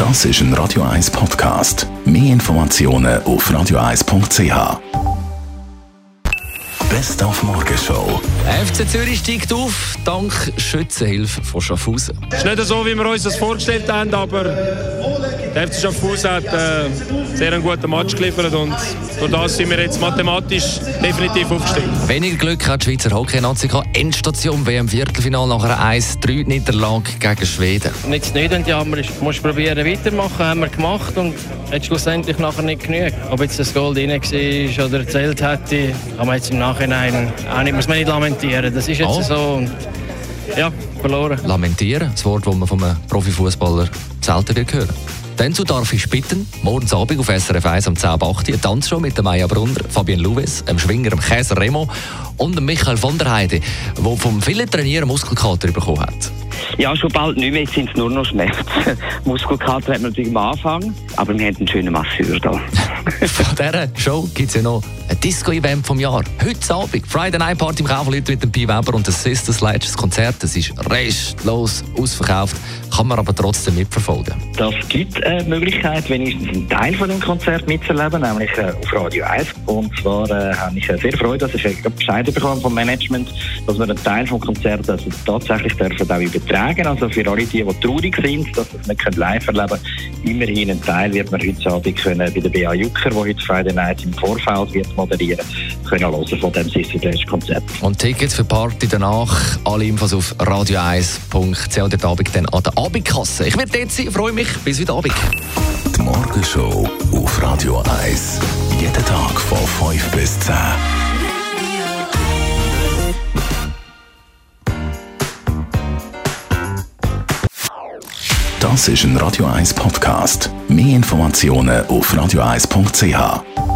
Das ist ein Radio 1 Podcast. Mehr Informationen auf radio1.ch. Best auf Morgenshow. FC Zürich steigt auf, dank Schützenhilfe von Schaffhausen. Es ist nicht so, wie wir uns das vorgestellt haben, aber der FC Schaffhausen hat sehr einen guten Match geliefert und durch das sind wir jetzt mathematisch definitiv aufgestiegen. Weniger Glück hat die Schweizer Hockey-Nazi gehabt. Endstation WM-Viertelfinale nach einer 1-3-Niederlage gegen Schweden. Nichts nicht entjammer ist, du musst probieren weitermachen, haben wir gemacht und hat schlussendlich nachher nicht genug. Ob jetzt das Goal drin war oder erzählt hätte, kann man jetzt im Nachhinein auch nicht, muss man nicht lamentieren. Das ist jetzt so und ja, verloren. Lamentieren, das Wort, das man von einem Profifußballer selten wird hören. Dazu darf ich bitten, morgens Abend auf SRF 1 am 10.08 eine Tanzshow mit der Maja Brunner, Fabien Louwes, dem Schwinger, dem Käser Remo und dem Michael von der Heide, der vom vielen Trainieren Muskelkater bekommen hat. Ja, schon bald nicht mehr, jetzt sind es nur noch Schmerzen. Muskelkater hat man natürlich am Anfang, aber wir haben einen schönen Masseur da. Von dieser Show gibt es ja noch ein Disco-Event vom Jahr. Heute Abend, Friday Night Party im Kaufleut mit dem Pi Weber und das Sisters letztes Konzert. Das ist restlos ausverkauft, kann man aber trotzdem mitverfolgen. Das gibt eine Möglichkeit, wenigstens einen Teil von dem Konzert mitzuerleben, nämlich auf Radio 1. Und zwar habe ich sehr Freude, dass ich Bescheid bekommen vom Management, dass wir einen Teil vom Konzert tatsächlich dürfen auch übertragen. Also für alle die traurig sind, dass sie es nicht live erleben können, immerhin einen Teil wird man heute Abend können bei der B.A. Jucker, die heute Friday Night im Vorfeld wird moderieren, können hören von dem Sisters Konzert. Und Tickets für die Party danach, alle Infos auf radio1.ch und heute Abend dann an der Abendkasse. Ich werde dort sein, freue mich, bis heute Abend. Die Morgenshow auf Radio 1. Jeden Tag von 5 bis 10. Das ist ein Radio 1 Podcast. Mehr Informationen auf radio1.ch.